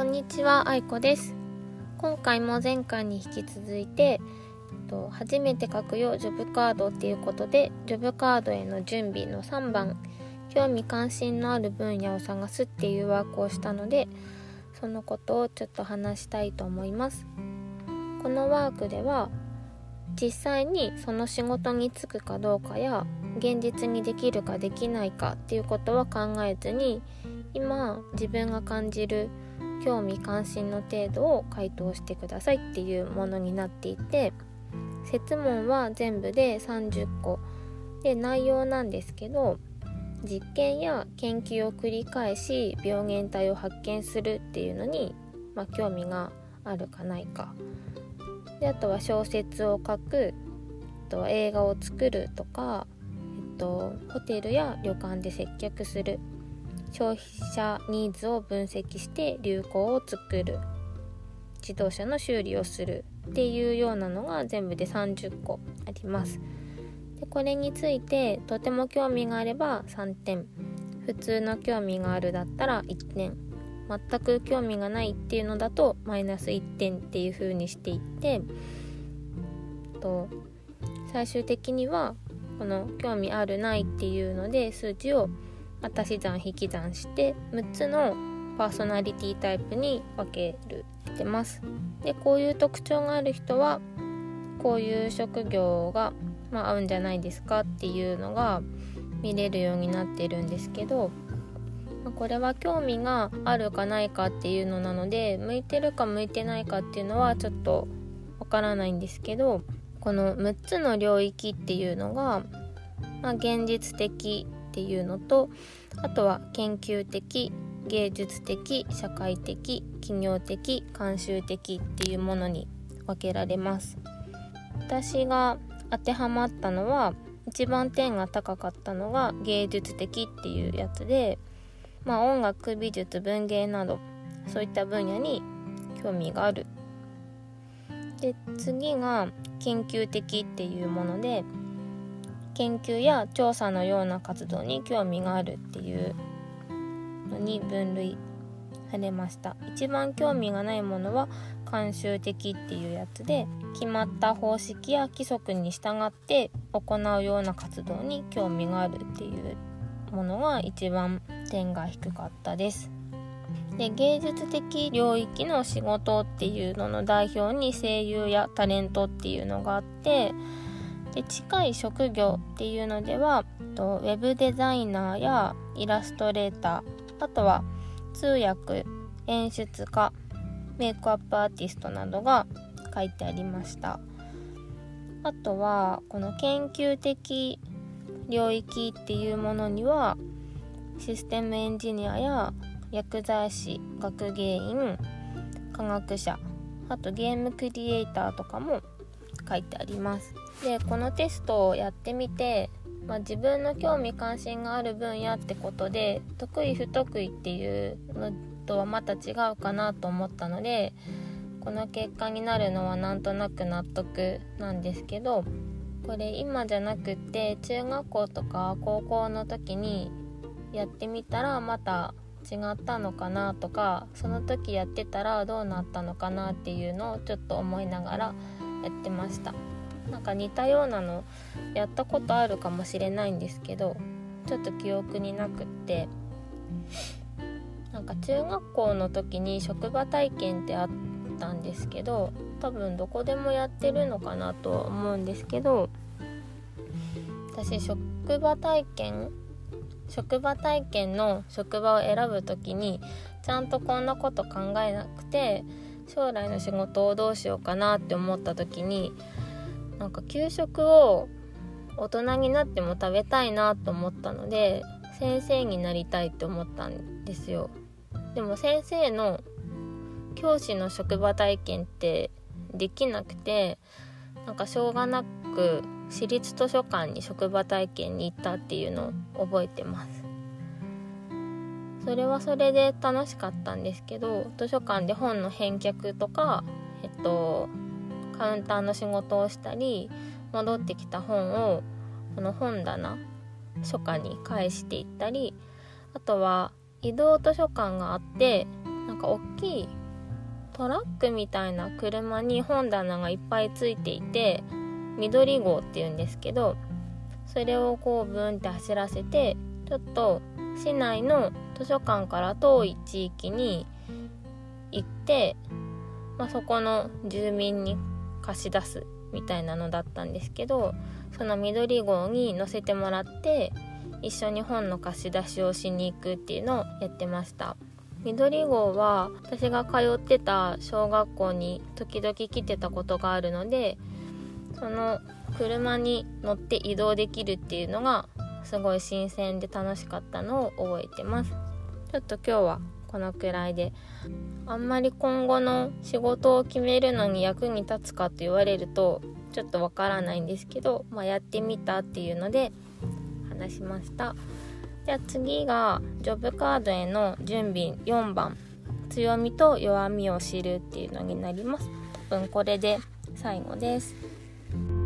んにちは、あいこです。今回も前回に引き続いて、初めて書くよジョブカードっていうことで、ジョブカードへの準備の3番、興味関心のある分野を探すっていうワークをしたので、そのことをちょっと話したいと思います。このワークでは、実際にその仕事に就くかどうかや、現実にできるかできないかっていうことは考えずに、今自分が感じる興味関心の程度を回答してくださいっていうものになっていて、設問は全部で30個で、内容なんですけど、実験や研究を繰り返し病原体を発見するっていうのに、興味があるかないかで、あとは小説を書く、あとは映画を作るとか、ホテルや旅館で接客する、消費者ニーズを分析して流行を作る、自動車の修理をするっていうようなのが全部で30個あります。でこれについてとても興味があれば3点、普通の興味があるだったら1点、全く興味がないっていうのだとマイナス1点っていう風にしていって、最終的にはこの興味あるないっていうので数値を足し算引き算して6つのパーソナリティタイプに分けてます。でこういう特徴がある人はこういう職業が、合うんじゃないですかっていうのが見れるようになってるんですけど、これは興味があるかないかっていうのなので、向いてるか向いてないかっていうのはちょっとわからないんですけど、この6つの領域っていうのが、現実的っていうのと、あとは研究的、芸術的、社会的、企業的、慣習的っていうものに分けられます。私が当てはまったのは、一番点が高かったのが芸術的っていうやつで、音楽、美術、文芸などそういった分野に興味がある。で次が研究的っていうもので、研究や調査のような活動に興味があるっていうのに分類されました。一番興味がないものは慣習的っていうやつで、決まった方式や規則に従って行うような活動に興味があるっていうものが一番点が低かったです。で芸術的領域の仕事っていうのの代表に声優やタレントっていうのがあって、で近い職業っていうのではウェブデザイナーやイラストレーター、あとは通訳、演出家、メイクアップアーティストなどが書いてありました。あとはこの研究的領域っていうものにはシステムエンジニアや薬剤師、学芸員、科学者、あとゲームクリエイターとかも書いてあります。でこのテストをやってみて、自分の興味関心がある分野ってことで、得意不得意っていうのとはまた違うかなと思ったので、この結果になるのはなんとなく納得なんですけど、これ今じゃなくって中学校とか高校の時にやってみたらまた違ったのかなとか、その時やってたらどうなったのかなっていうのをちょっと思いながらやってました。似たようなのやったことあるかもしれないんですけど、ちょっと記憶になくって、中学校の時に職場体験ってあったんですけど、多分どこでもやってるのかなと思うんですけど、私職場体験の職場を選ぶ時にちゃんとこんなこと考えなくて、将来の仕事をどうしようかなって思った時に、給食を大人になっても食べたいなと思ったので、先生になりたいって思ったんですよ。でも先生の教師の職場体験ってできなくて、しょうがなく私立図書館に職場体験に行ったっていうのを覚えてます。それはそれで楽しかったんですけど、図書館で本の返却とか、カウンターの仕事をしたり、戻ってきた本をこの本棚、書家に返していったり、あとは移動図書館があって、大きいトラックみたいな車に本棚がいっぱいついていて、緑号っていうんですけど、それをこうブーンって走らせて、ちょっと市内の図書館から遠い地域に行って、そこの住民に貸し出すみたいなのだったんですけど、その緑号に乗せてもらって一緒に本の貸し出しをしに行くっていうのをやってました。緑号は私が通ってた小学校に時々来てたことがあるので、その車に乗って移動できるっていうのがすごい新鮮で楽しかったのを覚えてます。ちょっと今日はこのくらいで、あんまり今後の仕事を決めるのに役に立つかと言われるとちょっとわからないんですけど、やってみたっていうので話しました。じゃあ次がジョブカードへの準備4番、強みと弱みを知るっていうのになります。多分これで最後です。